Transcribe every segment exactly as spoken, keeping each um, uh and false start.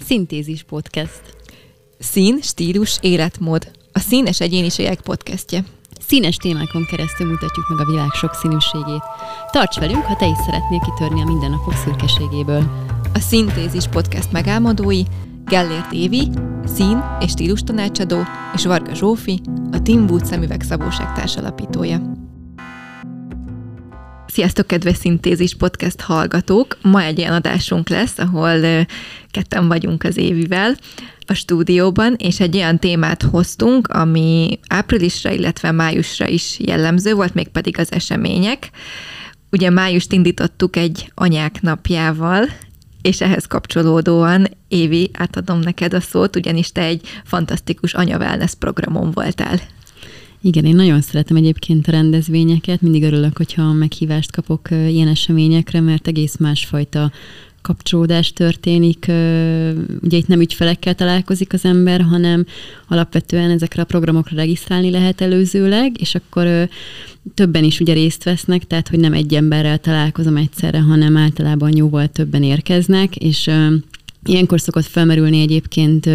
Szintézis Podcast. Szín, stílus, életmód. A Színes Egyéniségek podcastje. Színes témákon keresztül mutatjuk meg a világ sokszínűségét. Tarts velünk, ha te is szeretnél kitörni a mindennapok szürkeségéből. A Szintézis Podcast megálmodói Gellért Évi, szín- és stílus tanácsadó, és Varga Zsófi, a Tim Wood szemüveg Szabóság társalapítója. Sziasztok, kedves Szintézis Podcast hallgatók! Ma egy ilyen adásunk lesz, ahol ketten vagyunk az Évivel a stúdióban, és egy olyan témát hoztunk, ami áprilisra, illetve májusra is jellemző volt, mégpedig az események. Ugye májust indítottuk egy anyák napjával, és ehhez kapcsolódóan, Évi, átadom neked a szót, ugyanis te egy fantasztikus anya-wellness programon voltál. Igen, én nagyon szeretem egyébként a rendezvényeket, mindig örülök, hogyha meghívást kapok ilyen eseményekre, mert egész másfajta kapcsolódás történik. Ugye itt nem ügyfelekkel találkozik az ember, hanem alapvetően ezekre a programokra regisztrálni lehet előzőleg, és akkor többen is ugye részt vesznek, tehát hogy nem egy emberrel találkozom egyszerre, hanem általában jóval többen érkeznek, és ilyenkor szokott felmerülni egyébként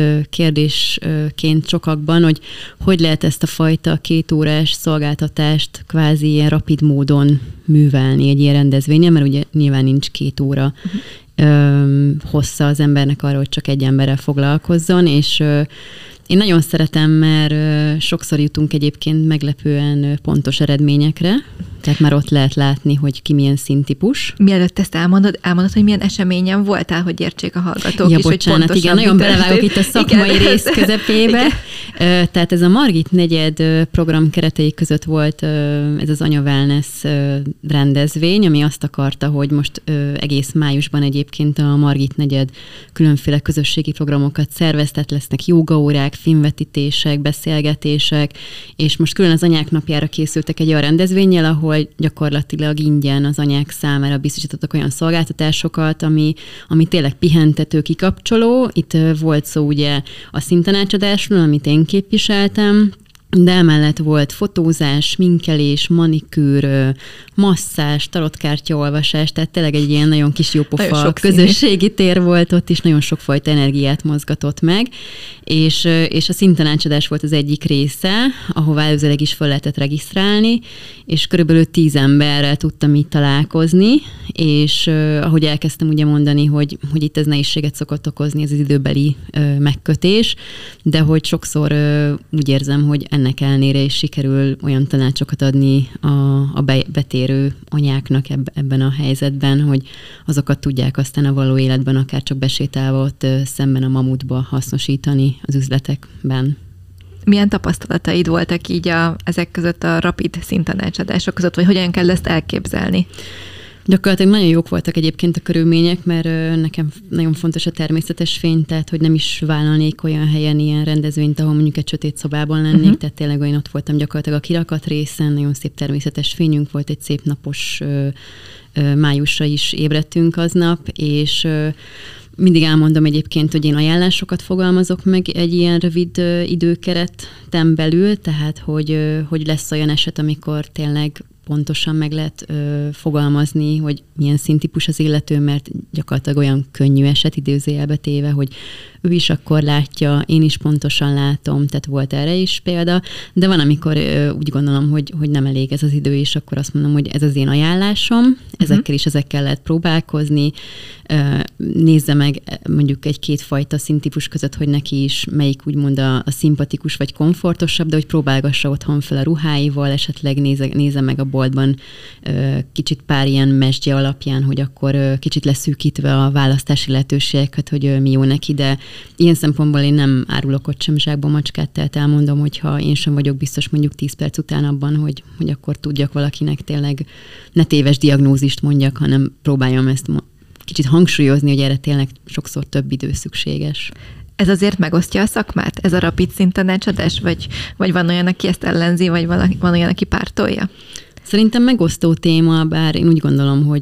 kérdésként sokakban, hogy hogy lehet ezt a fajta kétórás szolgáltatást kvázi ilyen rapid módon művelni egy ilyen rendezvényen, mert ugye nyilván nincs két óra uh-huh. hossza az embernek arra, hogy csak egy emberrel foglalkozzon, és én nagyon szeretem, mert sokszor jutunk egyébként meglepően pontos eredményekre, tehát már ott lehet látni, hogy ki milyen színtípus. Mielőtt ezt elmondod, elmondod, hogy milyen eseményen voltál, hogy értsék a hallgatók ja, is, bocsánat, hogy igen, nagyon belevágok itt a szakmai igen. rész közepébe. Igen. Tehát ez a Margit negyed program keretei között volt ez az anya-wellness rendezvény, ami azt akarta, hogy most egész májusban egyébként a Margit negyed különféle közösségi programokat szervez, tehát lesznek jógaórák, filmvetítések, beszélgetések, és most külön az anyák napjára készültek egy olyan rendezvénnyel, ahol gyakorlatilag ingyen az anyák számára biztosítottak olyan szolgáltatásokat, ami, ami tényleg pihentető, kikapcsoló. Itt volt szó ugye a színtanácsadásról, amit én képviseltem, de emellett volt fotózás, sminkelés, manikűr, masszázs, tarotkártyaolvasás, tehát tényleg egy ilyen nagyon kis jópofa közösségi tér volt ott is, nagyon sokfajta energiát mozgatott meg, és, és a színtanácsadás volt az egyik része, ahová előzőleg is fel lehetett regisztrálni, és körülbelül tíz emberrel tudtam így találkozni, és ahogy elkezdtem ugye mondani, hogy, hogy itt ez nehézséget szokott okozni, ez az időbeli megkötés, de hogy sokszor úgy érzem, hogy ennek ellenére is sikerül olyan tanácsokat adni a, a betérő anyáknak ebben a helyzetben, hogy azokat tudják aztán a való életben akár csak besétálva ott szemben a mamutba hasznosítani az üzletekben. Milyen tapasztalataid voltak így a, ezek között a rapid színtanácsadások között, vagy hogyan kell ezt elképzelni? Gyakorlatilag nagyon jók voltak egyébként a körülmények, mert nekem nagyon fontos a természetes fény, tehát hogy nem is vállalnék olyan helyen ilyen rendezvényt, ahol mondjuk egy sötét szobában lennék, uh-huh. tehát tényleg olyan ott voltam gyakorlatilag a kirakat részen, nagyon szép természetes fényünk volt, egy szép napos ö, ö, májusra is ébredtünk aznap, és ö, mindig elmondom egyébként, hogy én ajánlásokat fogalmazok meg egy ilyen rövid ö, időkereten belül, tehát hogy, ö, hogy lesz olyan eset, amikor tényleg pontosan meg lehet ö, fogalmazni, hogy milyen színtípus az illető, mert gyakorlatilag olyan könnyű eset idézőjelbe téve, hogy ő is akkor látja, én is pontosan látom, tehát volt erre is példa, de van, amikor ö, úgy gondolom, hogy, hogy nem elég ez az idő, és akkor azt mondom, hogy ez az én ajánlásom, ezekkel is ezekkel lehet próbálkozni, ö, nézze meg mondjuk egy-két fajta színtípus között, hogy neki is melyik úgymond a, a szimpatikus vagy komfortosabb, de hogy próbálgassa otthon fel a ruháival, esetleg nézze, nézze meg a boltban ö, kicsit pár ilyen mesdje alapján, hogy akkor ö, kicsit leszűkítve a választási lehetőségeket, hogy ö, mi jó neki, de ilyen szempontból én nem árulok ott sem zsákba macskát, tehát elmondom, hogyha én sem vagyok biztos mondjuk tíz perc után abban, hogy, hogy akkor tudjak valakinek tényleg ne téves diagnózist mondjak, hanem próbáljam ezt kicsit hangsúlyozni, hogy erre tényleg sokszor több idő szükséges. Ez azért megosztja a szakmát? Ez a rapid színtanácsadás? Vagy, vagy van olyan, aki ezt ellenzi, vagy van olyan, aki pártolja? Szerintem megosztó téma, bár én úgy gondolom, hogy,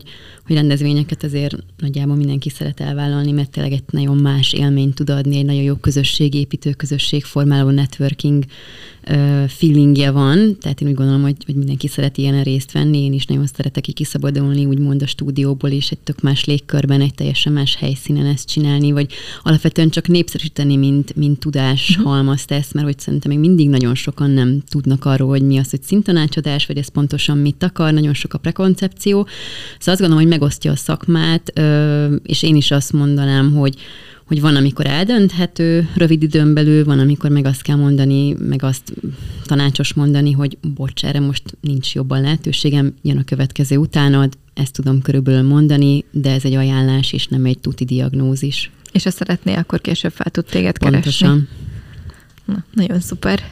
hogy rendezvényeket azért nagyjából mindenki szeret elvállalni, mert tényleg egy nagyon más élményt tud adni, egy nagyon jó közösségépítő, közösségformáló networking uh, feelingje van, tehát én úgy gondolom, hogy, hogy mindenki szeret ilyen részt venni, én is nagyon szeretek így kiszabadulni, úgymond a stúdióból, és egy tök más légkörben, egy teljesen más helyszínen ezt csinálni, vagy alapvetően csak népszerűsíteni, mint, mint tudás uh-huh. halmazt ezt, mert hogy szerintem még mindig nagyon sokan nem tudnak arról, hogy mi az, hogy színtanácsadás, vagy ez pontosan mit akar, nagyon sok a prekoncepció. Szóval azt gondolom, hogy megosztja a szakmát, és én is azt mondanám, hogy hogy van, amikor eldönthető rövid időn belül, van, amikor meg azt kell mondani, meg azt tanácsos mondani, hogy bocs, erre most nincs jobban lehetőségem, jön a következő utánad, ezt tudom körülbelül mondani, de ez egy ajánlás, és nem egy tuti diagnózis. És ha szeretnél, akkor később fel tud téged Pontosan. keresni. Na, nagyon szuper.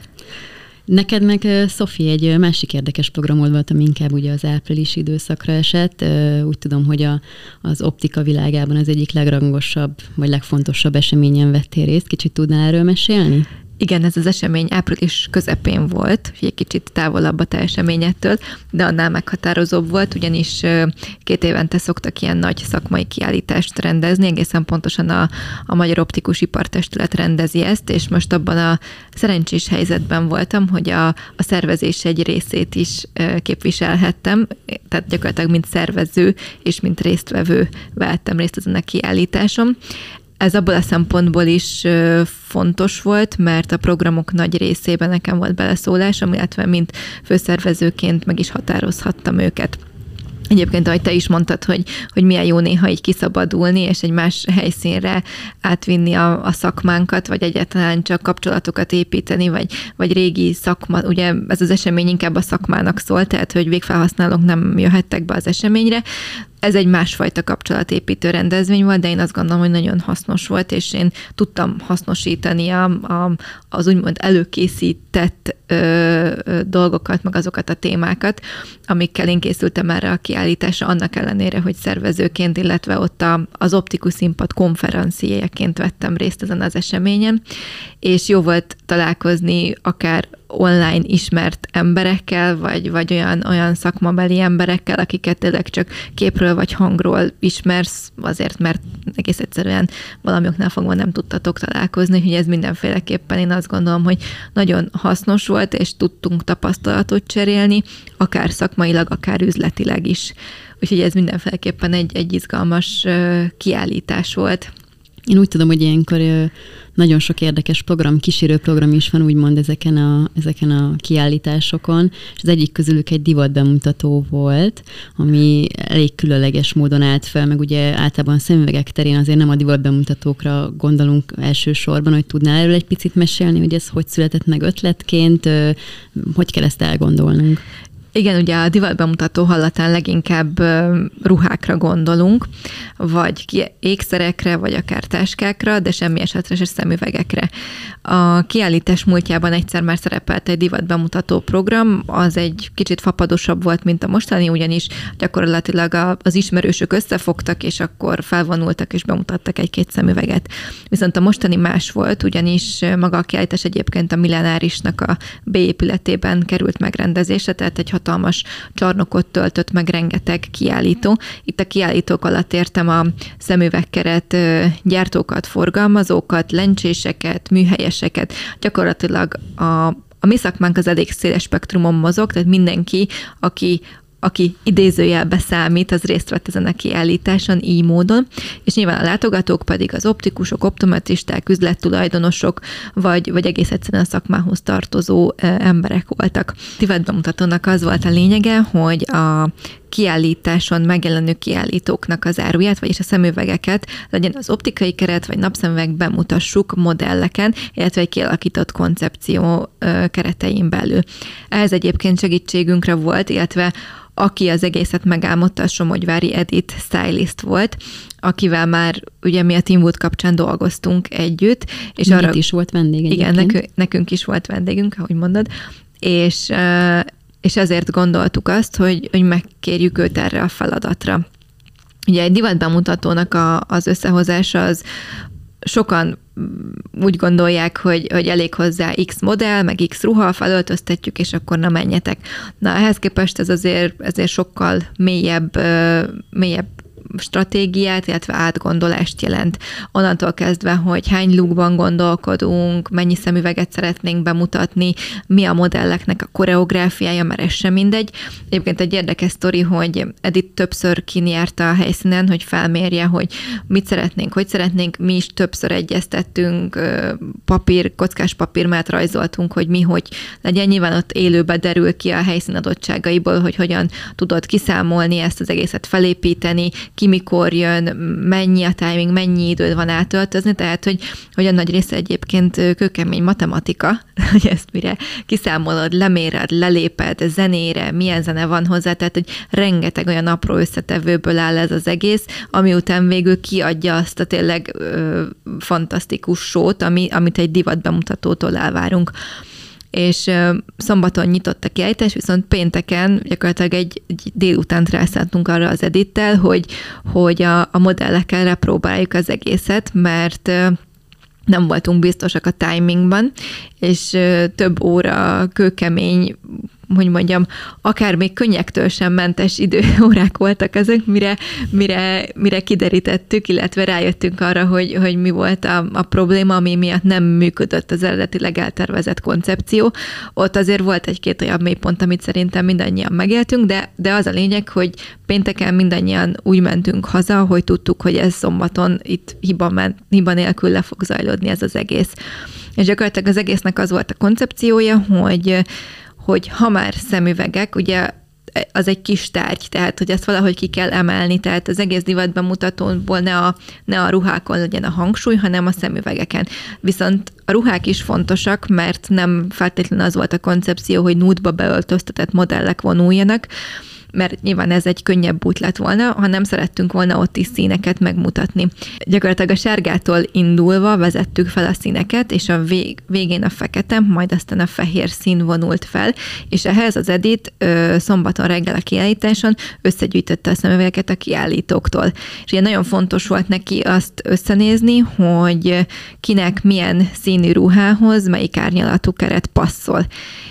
Neked meg, Szofi, egy másik érdekes programod volt, ami inkább ugye az áprilisi időszakra esett. Úgy tudom, hogy a, az optika világában az egyik legrangosabb, vagy legfontosabb eseményen vettél részt. Kicsit tudnál erről mesélni? Igen, ez az esemény április közepén volt, egy kicsit távolabb a te eseményettől, de annál meghatározóbb volt, ugyanis két évente szoktak ilyen nagy szakmai kiállítást rendezni, egészen pontosan a, a Magyar Optikus Ipartestület rendezi ezt, és most abban a szerencsés helyzetben voltam, hogy a, a szervezés egy részét is képviselhettem, tehát gyakorlatilag mint szervező és mint résztvevő vettem részt ezen a kiállításon. Ez abból a szempontból is fontos volt, mert a programok nagy részében nekem volt beleszólásom, illetve mint főszervezőként meg is határozhattam őket. Egyébként, ahogy te is mondtad, hogy, hogy milyen jó néha így kiszabadulni, és egy más helyszínre átvinni a, a szakmánkat, vagy egyáltalán csak kapcsolatokat építeni, vagy, vagy régi szakma, ugye ez az esemény inkább a szakmának szól, tehát hogy végfelhasználók nem jöhettek be az eseményre. Ez egy másfajta kapcsolatépítő rendezvény volt, de én azt gondolom, hogy nagyon hasznos volt, és én tudtam hasznosítani a, a, az úgymond előkészített ö, ö, dolgokat, meg azokat a témákat, amikkel én készültem erre a kiállításra, annak ellenére, hogy szervezőként, illetve ott a, az Optikus Színpad konferenciaként vettem részt ezen az eseményen, és jó volt találkozni akár online ismert emberekkel, vagy, vagy olyan, olyan szakmabeli emberekkel, akiket tényleg csak képről vagy hangról ismersz, azért, mert egész egyszerűen valamioknál fogva nem tudtatok találkozni, hogy ez mindenféleképpen én azt gondolom, hogy nagyon hasznos volt, és tudtunk tapasztalatot cserélni, akár szakmailag, akár üzletileg is. Úgyhogy ez mindenféleképpen egy, egy izgalmas kiállítás volt. Én úgy tudom, hogy ilyenkor nagyon sok érdekes program, kísérő program is van, úgymond ezeken a, ezeken a kiállításokon, és az egyik közülük egy divat bemutató volt, ami elég különleges módon állt fel, meg ugye általában szemüvegek terén azért nem a divat bemutatókra gondolunk elsősorban, hogy tudnál erről egy picit mesélni, hogy ez hogy született meg ötletként, hogy kell ezt elgondolnunk? Igen, ugye a divatbemutató hallatán leginkább ruhákra gondolunk, vagy ékszerekre, vagy akár táskákra, de semmi esetre se szemüvegekre. A kiállítás múltjában egyszer már szerepelt egy divatbemutató program, az egy kicsit fapadosabb volt, mint a mostani, ugyanis gyakorlatilag az ismerősök összefogtak, és akkor felvonultak, és bemutattak egy-két szemüveget. Viszont a mostani más volt, ugyanis maga a kiállítás egyébként a Millenárisnak a B épületében került megrendezésre, tehát egy hatalmas csarnokot töltött meg rengeteg kiállító. Itt a kiállítók alatt értem a szemüvegkeret gyártókat, forgalmazókat, lencséseket, műhelyeseket. Gyakorlatilag a, a mi szakmánk az elég széles spektrumon mozog, tehát mindenki, aki aki idézőjelbe számít, az részt vett ezen a kiállításon így módon, és nyilván a látogatók pedig az optikusok, optometristák, üzlettulajdonosok, vagy, vagy egész egyszerűen a szakmához tartozó emberek voltak. Divatbemutatónak az volt a lényege, hogy a kiállításon megjelenő kiállítóknak az áruját, vagyis a szemüvegeket, legyen az optikai keret, vagy napszemüveg, bemutassuk modelleken, illetve egy kialakított koncepció keretein belül. Ez egyébként segítségünkre volt, illetve aki az egészet megálmodta, a Somogyvári Edith stylist volt, akivel már ugye mi a Teamwood kapcsán dolgoztunk együtt. És arra is volt vendég egyébként. Igen, nekünk, nekünk is volt vendégünk, ahogy mondod, és, és ezért gondoltuk azt, hogy, hogy megkérjük őt erre a feladatra. Ugye egy divatbemutatónak a, az összehozása az sokan úgy gondolják, hogy, hogy elég hozzá X modell, meg X ruha, felöltöztetjük, és akkor na menjetek. Na, ehhez képest ez azért, ezért sokkal mélyebb, mélyebb stratégiát, illetve átgondolást jelent. Onnantól kezdve, hogy hány lookban gondolkodunk, mennyi szemüveget szeretnénk bemutatni, mi a modelleknek a koreográfiája, mert ez sem mindegy. Egyébként egy érdekes sztori, hogy Edith többször kinjárta a helyszínen, hogy felmérje, hogy mit szeretnénk, hogy szeretnénk. Mi is többször egyeztettünk, papír, kockás papír mellett rajzoltunk, hogy mi hogy legyen. Nyilván ott élőben derül ki a helyszín adottságaiból, hogy hogyan tudod kiszámolni ezt az egészet, felépíteni, ki mikor jön, mennyi a timing, mennyi időd van átöltözni, tehát hogy, hogy a nagy része egyébként kőkemény matematika, hogy ezt mire kiszámolod, leméred, leléped, zenére, milyen zene van hozzá, tehát hogy rengeteg olyan apró összetevőből áll ez az egész, ami után végül kiadja azt a tényleg ö, fantasztikus sót, ami, amit egy divat bemutatótól elvárunk. És ö, szombaton nyitott a kiállítás, viszont pénteken gyakorlatilag egy, egy délutánt rászántunk arra az Edittel, hogy, hogy a, a modellekkel repróbáljuk az egészet, mert ö, nem voltunk biztosak a timingban, és ö, több óra kőkemény, hogy mondjam, akár még könnyektől sem mentes időórák voltak ezek, mire, mire, mire kiderítettük, illetve rájöttünk arra, hogy, hogy mi volt a, a probléma, ami miatt nem működött az eredetileg eltervezett koncepció. Ott azért volt egy-két olyan mélypont, amit szerintem mindannyian megéltünk, de, de az a lényeg, hogy pénteken mindannyian úgy mentünk haza, hogy tudtuk, hogy ez szombaton itt hiba, ment, hiba nélkül le fog zajlódni ez az egész. És gyakorlatilag az egésznek az volt a koncepciója, hogy hogy ha már szemüvegek, ugye az egy kis tárgy, tehát hogy ezt valahogy ki kell emelni, tehát az egész divatbemutatóból ne a, ne a ruhákon legyen a hangsúly, hanem a szemüvegeken. Viszont a ruhák is fontosak, mert nem feltétlenül az volt a koncepció, hogy nude-ba beöltöztetett modellek vonuljanak, mert nyilván ez egy könnyebb út lett volna, ha nem szerettünk volna ott is színeket megmutatni. Gyakorlatilag a sárgától indulva vezettük fel a színeket, és a vég, végén a fekete, majd aztán a fehér szín vonult fel, és ehhez az Edith ö, szombaton reggel a kiállításon összegyűjtötte a szemüvegeket a kiállítóktól. És ugye nagyon fontos volt neki azt összenézni, hogy kinek milyen színű ruhához melyik árnyalatú keret passzol.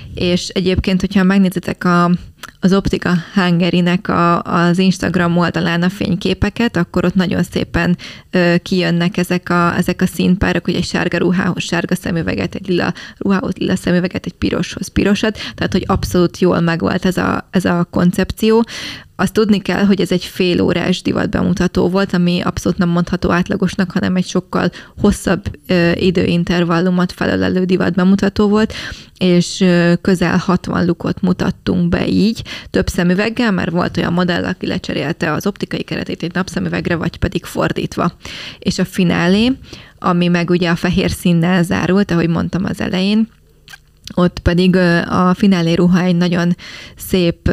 És egyébként, hogyha megnézitek a az Optika Hungary-nek a, az Instagram oldalán a fényképeket, akkor ott nagyon szépen ö, kijönnek ezek a, ezek a színpárok, hogy egy sárga ruhához sárga szemüveget, egy lila ruhához lila szemüveget, egy piroshoz pirosat, tehát hogy abszolút jól megvolt ez a, ez a koncepció. Azt tudni kell, hogy ez egy fél órás divatbemutató volt, ami abszolút nem mondható átlagosnak, hanem egy sokkal hosszabb ö, időintervallumot felölelő divatbemutató volt, és ö, közel hatvan lukot mutattunk be így, több szemüveggel, mert volt olyan modell, aki lecserélte az optikai keretét egy napszemüvegre, vagy pedig fordítva. És a finálé, ami meg ugye a fehér színnel zárult, ahogy mondtam az elején, ott pedig a finálé ruha egy nagyon szép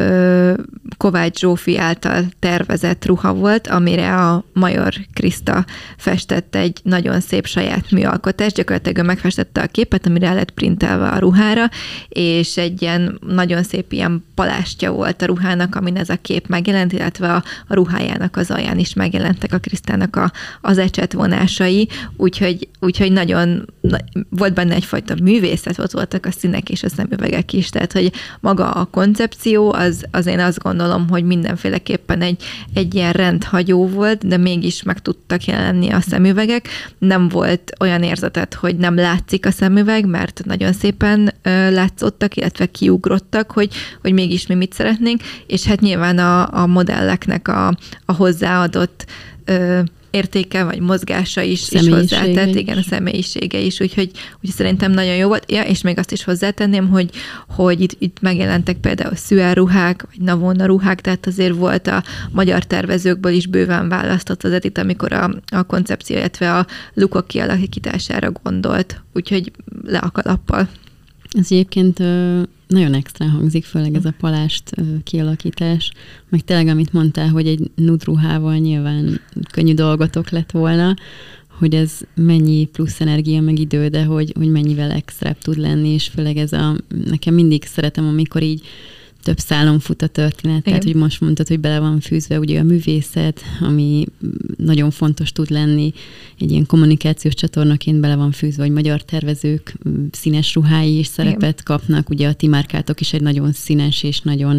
Kovács Zsófi által tervezett ruha volt, amire a Major Kriszta festett egy nagyon szép saját műalkotást, gyakorlatilag ő megfestette a képet, amire el lett printelve a ruhára, és egy ilyen nagyon szép ilyen palástja volt a ruhának, amin ez a kép megjelent, illetve a, a ruhájának az alján is megjelentek a Krisztának a, az ecsetvonásai, úgyhogy, úgyhogy nagyon volt benne egyfajta művészet, ott voltak a színek és a szemüvegek is, tehát hogy maga a koncepció, az, az én azt gondolom, hogy mindenféleképpen egy, egy ilyen rendhagyó volt, de mégis meg tudtak jelenni a szemüvegek. Nem volt olyan érzetet, hogy nem látszik a szemüveg, mert nagyon szépen ö, látszottak, illetve kiugrottak, hogy, hogy mégis mi mit szeretnénk, és hát nyilván a, a modelleknek a, a hozzáadott ö, értéke, vagy mozgása is, is hozzátett, igen, a személyisége is, úgyhogy, úgyhogy szerintem nagyon jó volt. Ja, és még azt is hozzátenném, hogy, hogy itt, itt megjelentek például Szüel ruhák, vagy Navona ruhák, tehát azért volt a magyar tervezőkből is bőven választott az Edith, amikor a, a koncepció, illetve a lukok kialakítására gondolt, úgyhogy le a kalappal. Ez egyébként nagyon extra hangzik, főleg ez a palást kialakítás, meg tényleg, amit mondtál, hogy egy nude ruhával nyilván könnyű dolgotok lett volna, hogy ez mennyi plusz energia, meg idő, de hogy, hogy mennyivel extra tud lenni, és főleg ez a, nekem mindig szeretem, amikor így több szálon fut a történet, igen. Tehát, hogy most mondtad, hogy bele van fűzve ugye a művészet, ami nagyon fontos tud lenni, egy ilyen kommunikációs csatornaként bele van fűzve, hogy magyar tervezők színes ruhái is szerepet igen. kapnak, ugye a ti márkátok is egy nagyon színes és nagyon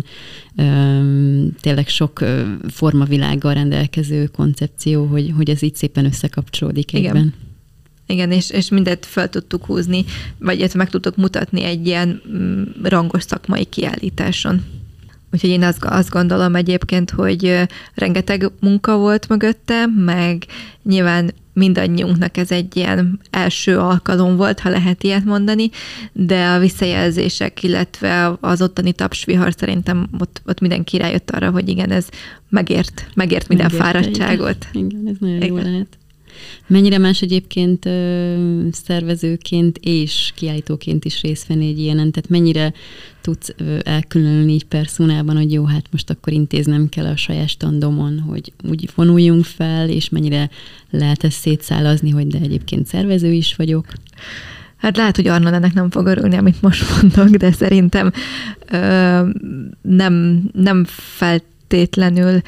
öm, tényleg sok formavilággal rendelkező koncepció, hogy, hogy ez így szépen összekapcsolódik igen. egyben. Igen, és, és mindet fel tudtuk húzni, vagy meg tudtuk mutatni egy ilyen rangos szakmai kiállításon. Úgyhogy én azt, azt gondolom egyébként, hogy rengeteg munka volt mögötte, meg nyilván mindannyiunknak ez egy ilyen első alkalom volt, ha lehet ilyet mondani, de a visszajelzések, illetve az ottani tapsvihar szerintem ott, ott mindenki rájött arra, hogy igen, ez megért, megért minden megért, fáradtságot. Igen. igen, ez nagyon igen. jó lehet. Mennyire más egyébként ö, szervezőként és kiállítóként is részt venni egy ilyenen? Tehát mennyire tudsz ö, elkülönülni így perszonában, hogy jó, hát most akkor intéznem kell a saját standomon, hogy úgy vonuljunk fel, és mennyire lehet ezt szétszálazni, hogy de egyébként szervező is vagyok? Hát lehet, hogy Arnold ennek nem fog örülni, amit most mondok, de szerintem ö, nem, nem feltétlenül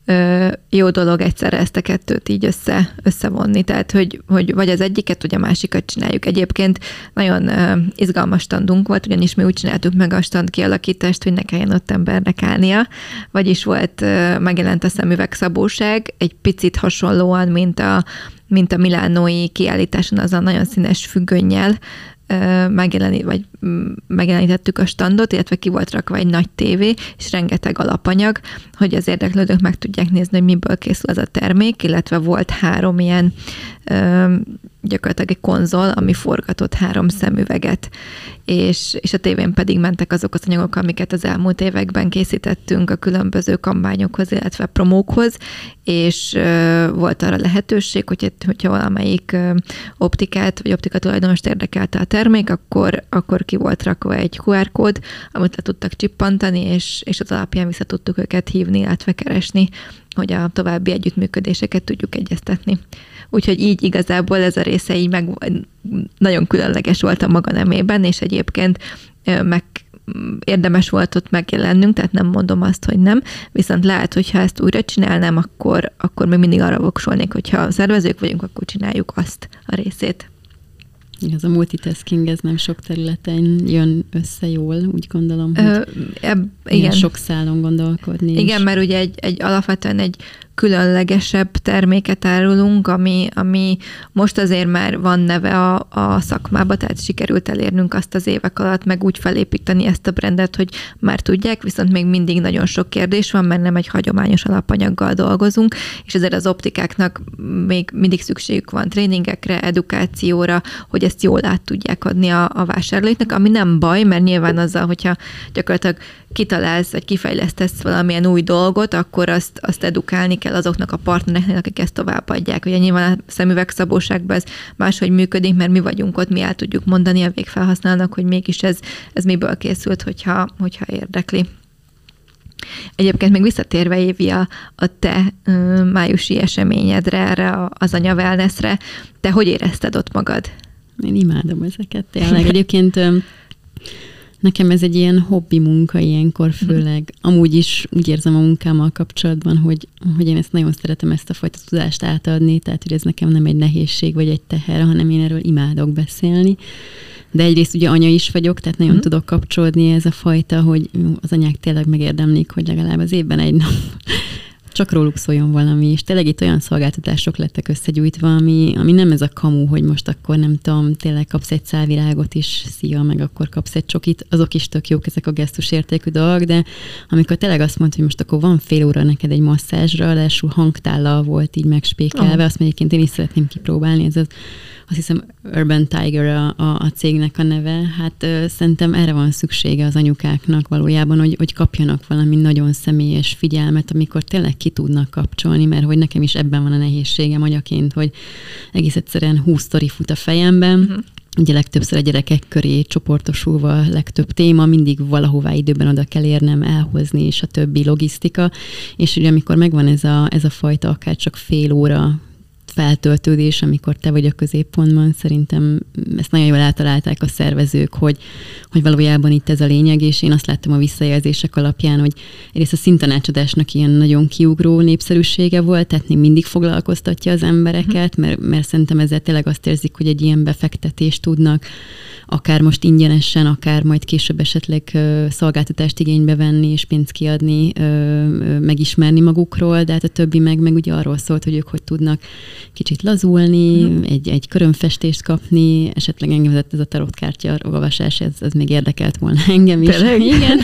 jó dolog egyszerre ezt a kettőt így össze, összevonni, tehát hogy, hogy vagy az egyiket, vagy a másikat csináljuk. Egyébként nagyon izgalmas standunk volt, ugyanis mi úgy csináltuk meg a stand kialakítást, hogy ne kelljen ott embernek állnia, vagyis volt, megjelent a szemüvegszabóság, egy picit hasonlóan, mint a, mint a milánói kiállításon, az a nagyon színes függönnyel, megjelenít, vagy megjelenítettük a standot, illetve ki volt rakva egy nagy tévé, és rengeteg alapanyag, hogy az érdeklődők meg tudják nézni, hogy miből készül az a termék, illetve volt három ilyen gyakorlatilag egy konzol, ami forgatott három szemüveget, és, és a tévén pedig mentek azok az anyagok, amiket az elmúlt években készítettünk a különböző kampányokhoz, illetve promókhoz, és uh, volt arra lehetőség, hogy, hogyha valamelyik uh, optikát, vagy optika tulajdonost érdekelte a termék, akkor, akkor ki volt rakva egy kú er kód, amit le tudtak csippantani, és, és az alapján vissza tudtuk őket hívni, illetve keresni, hogy a további együttműködéseket tudjuk egyeztetni. Úgyhogy így igazából ez a része így meg nagyon különleges volt a maga nemében, és egyébként meg érdemes volt ott megjelennünk, tehát nem mondom azt, hogy nem, viszont lehet, hogyha ezt újra csinálnám, akkor, akkor még mindig arra voksolnék, hogyha szervezők vagyunk, akkor csináljuk azt a részét. Ez a multitasking, ez nem sok területen jön össze jól, úgy gondolom, hogy Ö, eb, igen. sok szálon gondolkodni. Igen, is. Mert ugye egy, egy alapvetően egy különlegesebb terméket árulunk, ami, ami most azért már van neve a, a szakmába, tehát sikerült elérnünk azt az évek alatt, meg úgy felépíteni ezt a brandet, hogy már tudják, viszont még mindig nagyon sok kérdés van, mert nem egy hagyományos alapanyaggal dolgozunk, és ezért az optikáknak még mindig szükségük van tréningekre, edukációra, hogy ezt jól át tudják adni a, a vásárlóiknak, ami nem baj, mert nyilván azzal, hogyha gyakorlatilag kitalálsz, vagy kifejlesztesz valamilyen új dolgot, akkor azt, azt edukálni kell azoknak a partnereknek, akik ezt továbbadják. Ugye nyilván a szemüvegszabóságban ez máshogy működik, mert mi vagyunk ott, mi el tudjuk mondani a végfelhasználónak, hogy mégis ez, ez miből készült, hogyha, hogyha érdekli. Egyébként még visszatérve, Évi, a, a te uh, májusi eseményedre, erre az Anya Wellnessre, te hogy érezted ott magad? Én imádom ezeket tényleg. Egyébként nekem ez egy ilyen hobbi munka ilyenkor főleg. Amúgy is úgy érzem a munkámmal kapcsolatban, hogy, hogy én ezt nagyon szeretem, ezt a fajta tudást átadni, tehát hogy ez nekem nem egy nehézség vagy egy teher, hanem én erről imádok beszélni. De egyrészt ugye anya is vagyok, tehát nagyon mm. tudok kapcsolódni ez a fajta, hogy az anyák tényleg megérdemlik, hogy legalább az évben egy nap csak róluk szóljon valami, és tényleg itt olyan szolgáltatások lettek összegyújtva, ami, ami nem ez a kamu, hogy most akkor nem tudom, tényleg kapsz egy szálvirágot is, szia, meg akkor kapsz egy csokit, azok is tök jók, ezek a gesztusértékű dolgok, de amikor tényleg azt mondta, hogy most akkor van fél óra neked egy masszázsra, ráadásul hangtállal volt így megspékelve, oh. azt mondjuk én is szeretném kipróbálni, ez az, azt hiszem Urban Tiger a, a, a cégnek a neve, hát ö, szerintem erre van szüksége az anyukáknak valójában, hogy, hogy kapjanak valami nagyon személyes figyelmet, amikor tényleg ki tudnak kapcsolni, mert hogy nekem is ebben van a nehézségem anyaként, hogy egész egyszerűen húsz sztori fut a fejemben, uh-huh. ugye legtöbbször a gyerekek köré csoportosulva legtöbb téma, mindig valahová időben oda kell érnem, elhozni, és a többi logisztika, és ugye amikor megvan ez a, ez a fajta akár csak fél óra feltöltődés, amikor te vagy a középpontban. Szerintem ezt nagyon jól eltalálták a szervezők, hogy, hogy valójában itt ez a lényeg, és én azt láttam a visszajelzések alapján, hogy egyrészt a színtanácsadásnak ilyen nagyon kiugró népszerűsége volt, tehát még mindig foglalkoztatja az embereket, mert, mert szerintem ezzel tényleg azt érzik, hogy egy ilyen befektetést tudnak akár most ingyenesen, akár majd később esetleg szolgáltatást igénybe venni és pénzt kiadni, megismerni magukról, de hát a többi meg, meg ugye arról szólt, hogy ők hogy tudnak kicsit lazulni, mm. egy, egy körömfestést kapni, esetleg engem vezet ez a tarotkártya olvasás, ez, ez még érdekelt volna engem is. Tényleg? Igen.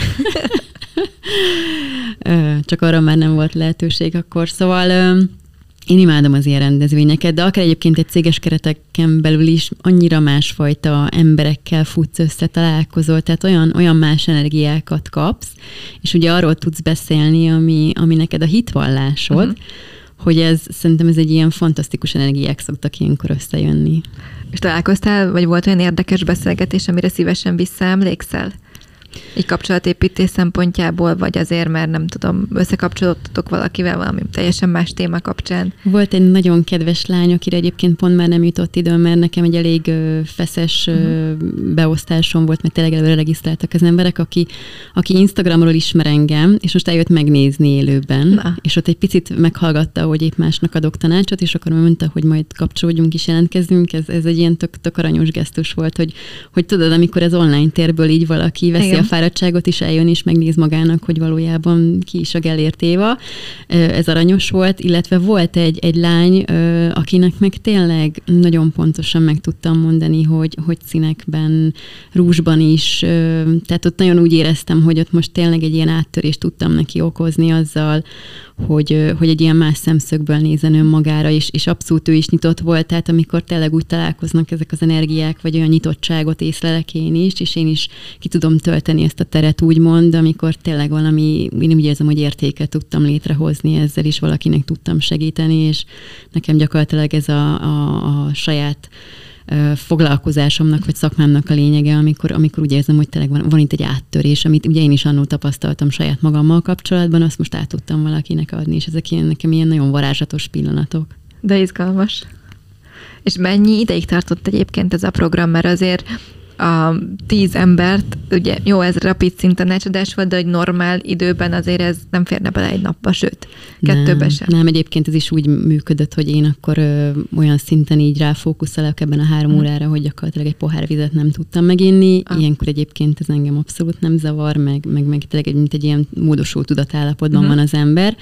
Csak arra már nem volt lehetőség akkor. Szóval én imádom az ilyen rendezvényeket, de akár egyébként egy céges kereteken belül is annyira másfajta emberekkel futsz össze, találkozol, tehát olyan, olyan más energiákat kapsz, és ugye arról tudsz beszélni, ami, ami neked a hitvallásod, uh-huh. hogy ez szerintem ez egy ilyen fantasztikus energiák szoktak ilyenkor összejönni. És találkoztál, vagy volt olyan érdekes beszélgetés, amire szívesen visszaemlékszel? Így kapcsolatépítés szempontjából, vagy azért, mert nem tudom, összekapcsolódtatok valakivel valami teljesen más téma kapcsán? Volt egy nagyon kedves lány, akire egyébként pont már nem jutott idő, mert nekem egy elég feszes uh-huh. beosztásom volt, mert tényleg előre regisztráltak az emberek, aki, aki Instagramról ismer engem, és most eljött megnézni élőben, Na. és ott egy picit meghallgatta, hogy épp másnak adok tanácsot, és akkor mondta, hogy majd kapcsolódjunk és jelentkezzünk. Ez, ez egy ilyen tök, tök aranyos gesztus volt, hogy, hogy tudod, amikor az online térből így valaki veszi Igen. a fáradtságot is, eljön és megnéz magának, hogy valójában ki is a Gellért Éva. Ez aranyos volt, illetve volt egy, egy lány, akinek meg tényleg nagyon pontosan meg tudtam mondani, hogy, hogy színekben, rúzsban is, tehát ott nagyon úgy éreztem, hogy ott most tényleg egy ilyen áttörést tudtam neki okozni azzal, hogy, hogy egy ilyen más szemszögből nézen önmagára, és, és abszolút ő is nyitott volt, tehát amikor tényleg úgy találkoznak ezek az energiák, vagy olyan nyitottságot észlelek én is, és én is ki tudom tölteni ezt a teret úgymond, amikor tényleg valami, én úgy érzem, hogy értéket tudtam létrehozni, ezzel is valakinek tudtam segíteni, és nekem gyakorlatilag ez a, a, a saját foglalkozásomnak, vagy szakmámnak a lényege, amikor, amikor úgy érzem, hogy tényleg van, van itt egy áttörés, amit ugye én is annól tapasztaltam saját magammal kapcsolatban, azt most át tudtam valakinek adni, és ezek ilyen, nekem ilyen nagyon varázslatos pillanatok. De izgalmas. És mennyi ideig tartott egyébként ez a program, mert azért a tíz embert, ugye jó, ez rapid színtanácsadás volt, de hogy normál időben azért ez nem férne bele egy napba, sőt, kettőbe sem. Nem, egyébként ez is úgy működött, hogy én akkor ö, olyan szinten így ráfókuszálok ebben a három hmm. órára, hogy gyakorlatilag egy pohár vizet nem tudtam meginni. Ah. Ilyenkor egyébként ez engem abszolút nem zavar, meg, meg, meg tényleg mint egy ilyen módosult tudatállapotban hmm. van az ember.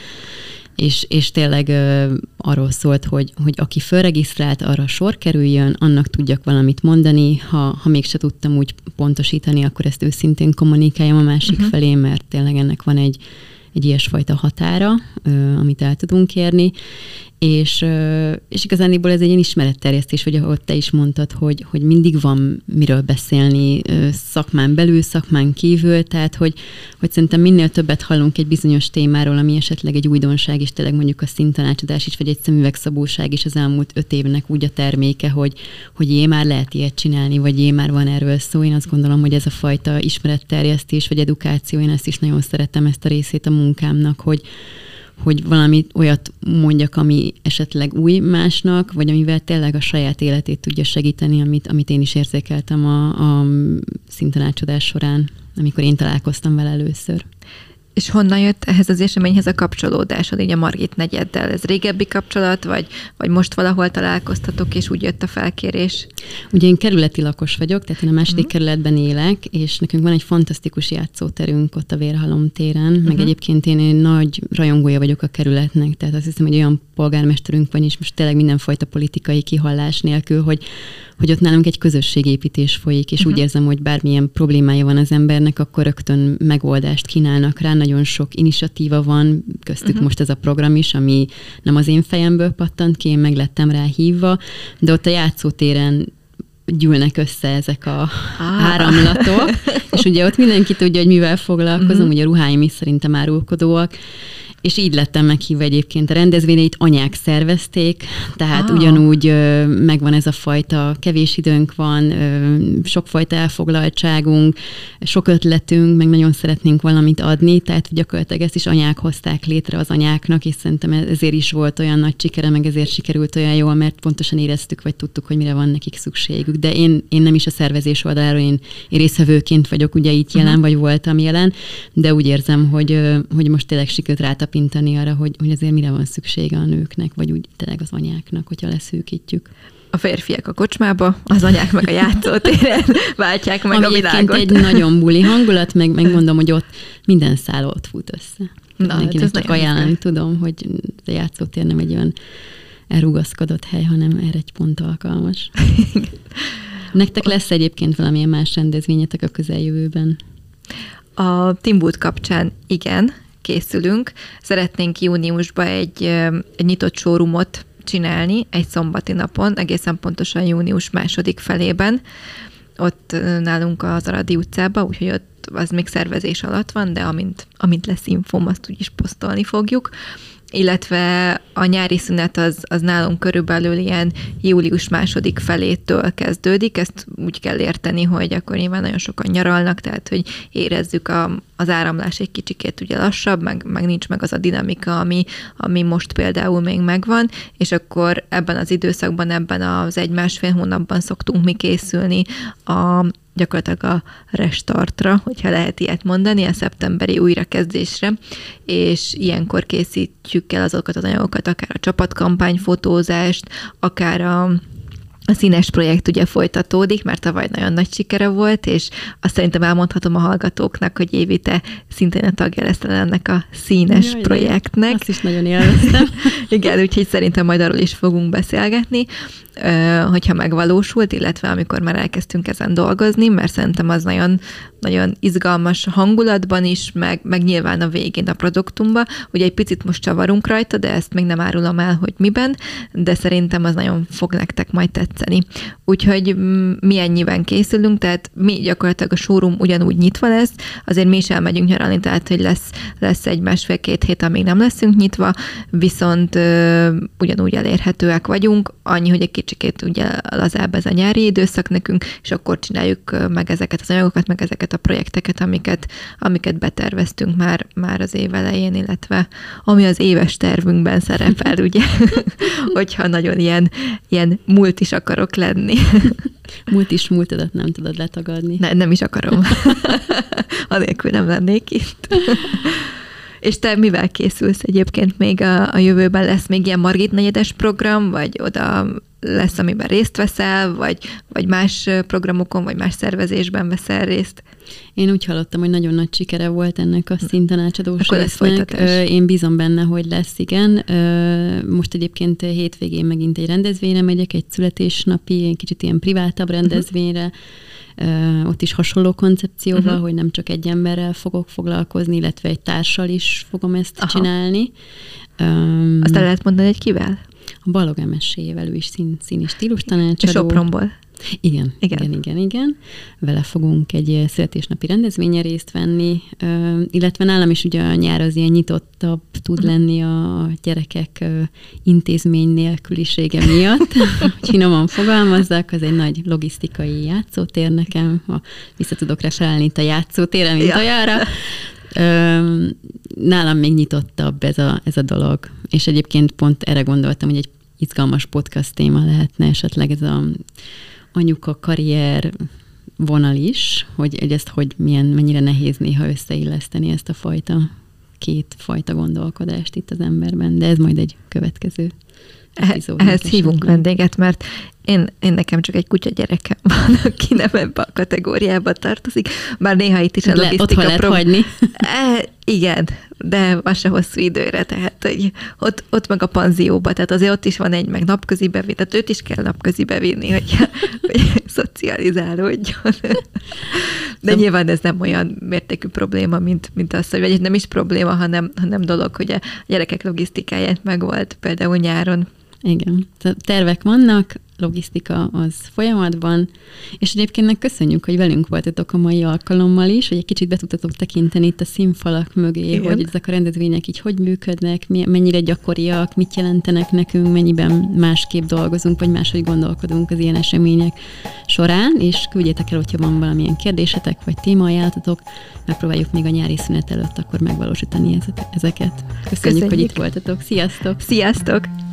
És, és tényleg ö, arról szólt, hogy, hogy aki fölregisztrált, arra sor kerüljön, annak tudjak valamit mondani, ha, ha mégse tudtam úgy pontosítani, akkor ezt őszintén kommunikáljam a másik uh-huh. felé, mert tényleg ennek van egy, egy ilyesfajta határa, ö, amit el tudunk érni, és, ö, és igazániból ez egy ilyen ismeretterjesztés, vagy ahogy te is mondtad, hogy, hogy mindig van miről beszélni ö, szakmán belül, szakmán kívül, tehát hogy, hogy szerintem minél többet hallunk egy bizonyos témáról, ami esetleg egy újdonság, és tényleg mondjuk a színtanácsadás is, vagy egy szemüvegszabóság is az elmúlt öt évnek úgy a terméke, hogy, hogy jé, már lehet ilyet csinálni, vagy jé, már van erről szó. Én azt gondolom, hogy ez a fajta ismeretterjesztés, vagy edukáció, én ezt is nagyon szeretem, ezt a részét a munkámnak, hogy hogy valami olyat mondjak, ami esetleg új másnak, vagy amivel tényleg a saját életét tudja segíteni, amit, amit én is érzékeltem a, a színtanácsadás során, amikor én találkoztam vele először. És honnan jött ehhez az eseményhez a kapcsolódásod, így a Margit negyeddel? Ez régebbi kapcsolat, vagy, vagy most valahol találkoztatok, és úgy jött a felkérés? Ugye én kerületi lakos vagyok, tehát én a második uh-huh. kerületben élek, és nekünk van egy fantasztikus játszóterünk ott a Vérhalom téren, uh-huh. meg egyébként én, én nagy rajongója vagyok a kerületnek, tehát azt hiszem, hogy olyan polgármesterünk van, és most tényleg mindenfajta politikai kihallás nélkül, hogy hogy ott nálunk egy közösségépítés folyik, és uh-huh. úgy érzem, hogy bármilyen problémája van az embernek, akkor rögtön megoldást kínálnak rá. Nagyon sok initiatíva van, köztük uh-huh. most ez a program is, ami nem az én fejemből pattant ki, én meg lettem rá hívva, de ott a játszótéren gyűlnek össze ezek a ah. áramlatok, és ugye ott mindenki tudja, hogy mivel foglalkozom, uh-huh. ugye a ruháim is szerintem árulkodóak, És így lettem meghívva egyébként a rendezvényre, itt anyák szervezték, tehát ah. ugyanúgy ö, megvan ez a fajta, kevés időnk van, ö, sokfajta elfoglaltságunk, sok ötletünk, meg nagyon szeretnénk valamit adni, tehát gyakorlatilag ezt is anyák hozták létre az anyáknak, és szerintem ezért is volt olyan nagy sikere, meg ezért sikerült olyan jól, mert pontosan éreztük, vagy tudtuk, hogy mire van nekik szükségük. De én, én nem is a szervezés oldaláról, én, én részvevőként vagyok ugye itt jelen, uh-huh. vagy voltam jelen, de úgy érzem, hogy, hogy most tényleg sikerült rátapintani arra, hogy, hogy azért mire van szüksége a nőknek, vagy úgy tényleg az anyáknak, hogyha leszűkítjük. A férfiak a kocsmába, az anyák meg a játszótéren váltják meg ami a világot. egy nagyon buli hangulat, meg, meg mondom, hogy ott minden szál ott fut össze. Na, Mindenkinek csak ajánlani izgál. Tudom, hogy a játszótér nem egy olyan elrugaszkodott hely, hanem erre egy pont alkalmas. Nektek lesz egyébként valamilyen más rendezvényetek a közeljövőben? A Teamboot kapcsán igen, készülünk. Szeretnénk júniusban egy, egy nyitott showroomot csinálni egy szombati napon, egészen pontosan június második felében. Ott nálunk az Aradi utcában, úgyhogy ott az még szervezés alatt van, de amint, amint lesz infóm, azt úgyis posztolni fogjuk. Illetve a nyári szünet az, az nálunk körülbelül ilyen július második felétől kezdődik. Ezt úgy kell érteni, hogy akkor nyilván nagyon sokan nyaralnak, tehát hogy érezzük a, az áramlás egy kicsikét ugye lassabb, meg, meg nincs meg az a dinamika, ami, ami most például még megvan, és akkor ebben az időszakban, ebben az egy-másfél hónapban szoktunk mi készülni a gyakorlatilag a restartra, hogyha lehet ilyet mondani, a szeptemberi újrakezdésre, és ilyenkor készítjük el azokat az anyagokat, akár a csapatkampányfotózást, akár a A színes projekt ugye folytatódik, mert tavaly nagyon nagy sikere volt, és azt szerintem elmondhatom a hallgatóknak, hogy Évi, te szintén a tagja leszel ennek a színes Jaj, projektnek. Azt is nagyon élveztem. Igen, úgyhogy szerintem majd arról is fogunk beszélgetni, hogyha megvalósult, illetve amikor már elkezdtünk ezen dolgozni, mert szerintem az nagyon, nagyon izgalmas hangulatban is, meg, meg nyilván a végén a produktumban. Ugye egy picit most csavarunk rajta, de ezt még nem árulom el, hogy miben, de szerintem az nagyon fog nektek majd tetszeni. Úgyhogy mi ennyiben készülünk, tehát mi gyakorlatilag a showroom ugyanúgy nyitva lesz, azért mi is elmegyünk nyaralni, tehát hogy lesz, lesz egy másfél-két hét, amíg nem leszünk nyitva, viszont ö, ugyanúgy elérhetőek vagyunk, annyi, hogy egy kicsikét ugye lazább ez a nyári időszak nekünk, és akkor csináljuk meg ezeket az anyagokat, meg ezeket a projekteket, amiket, amiket beterveztünk már, már az év elején, illetve ami az éves tervünkben szerepel, ugye, hogyha nagyon ilyen, ilyen múlt is akarok lenni. Múlt is múltadat nem tudod letagadni. Ne, nem is akarom. Anélkül nem lennék itt. És te mivel készülsz egyébként még a, a jövőben? Lesz még ilyen Margit negyedes program, vagy oda lesz, amiben részt veszel, vagy, vagy más programokon, vagy más szervezésben veszel részt? Én úgy hallottam, hogy nagyon nagy sikere volt ennek a színtanácsadós Akkor résznek. Én bízom benne, hogy lesz, igen. Most egyébként hétvégén megint egy rendezvényre megyek, egy születésnapi, egy kicsit ilyen privátabb rendezvényre. Uh, ott is hasonló koncepcióval, uh-huh. hogy nem csak egy emberrel fogok foglalkozni, illetve egy társal is fogom ezt Aha. csinálni. Um, Azt el lehet mondani, hogy kivel? A Balog Emesével, ő is szín, színi stílus tanácsadó. Sopronból. Igen, igen, igen, igen, igen. Vele fogunk egy születésnapi rendezvényen részt venni, uh, illetve nálam is ugye a nyár az ilyen nyitottabb tud uh-huh. lenni a gyerekek uh, intézmény nélkülisége miatt. Hogy finoman fogalmazzak, az egy nagy logisztikai játszótér nekem, ha vissza tudok referálni itt a játszótérre, mint ja. olyanra. Uh, nálam még nyitottabb ez a, ez a dolog. És egyébként pont erre gondoltam, hogy egy izgalmas podcast téma lehetne esetleg ez a anyuka karrier vonal is, hogy, hogy ezt hogy milyen, mennyire nehéz néha összeilleszteni ezt a fajta, két fajta gondolkodást itt az emberben, de ez majd egy következő epizód. Ehhez hívunk vendéget, mert én, én nekem csak egy kutya gyerekem van, aki nem ebbe a kategóriába tartozik, bár néha itt is a Le, logisztika... Otthon lehet prób- hagyni. E, igen, de az se hosszú időre, tehát hogy ott, ott meg a panzióba, tehát azért ott is van egy meg napközibe vinni, tehát őt is kell napközibe vinni, hogy, hogy szocializálódjon. De nyilván ez nem olyan mértékű probléma, mint, mint az, hogy nem is probléma, hanem, hanem dolog, hogy a gyerekek logisztikáját megvolt például nyáron. Igen. Tervek vannak, logisztika az folyamatban, és egyébként meg köszönjük, hogy velünk voltatok a mai alkalommal is, hogy egy kicsit be tudtatok tekinteni itt a színfalak mögé, igen. hogy ezek a rendezvények így hogy működnek, mennyire gyakoriak, mit jelentenek nekünk, mennyiben másképp dolgozunk, vagy máshogy gondolkodunk az ilyen események során, és küldjétek el, hogyha van valamilyen kérdésetek, vagy témaajánlatotok, megpróbáljuk még a nyári szünet előtt akkor megvalósítani ezeket. Köszönjük, Köszönjük. hogy itt voltatok. Sziasztok! Sziasztok!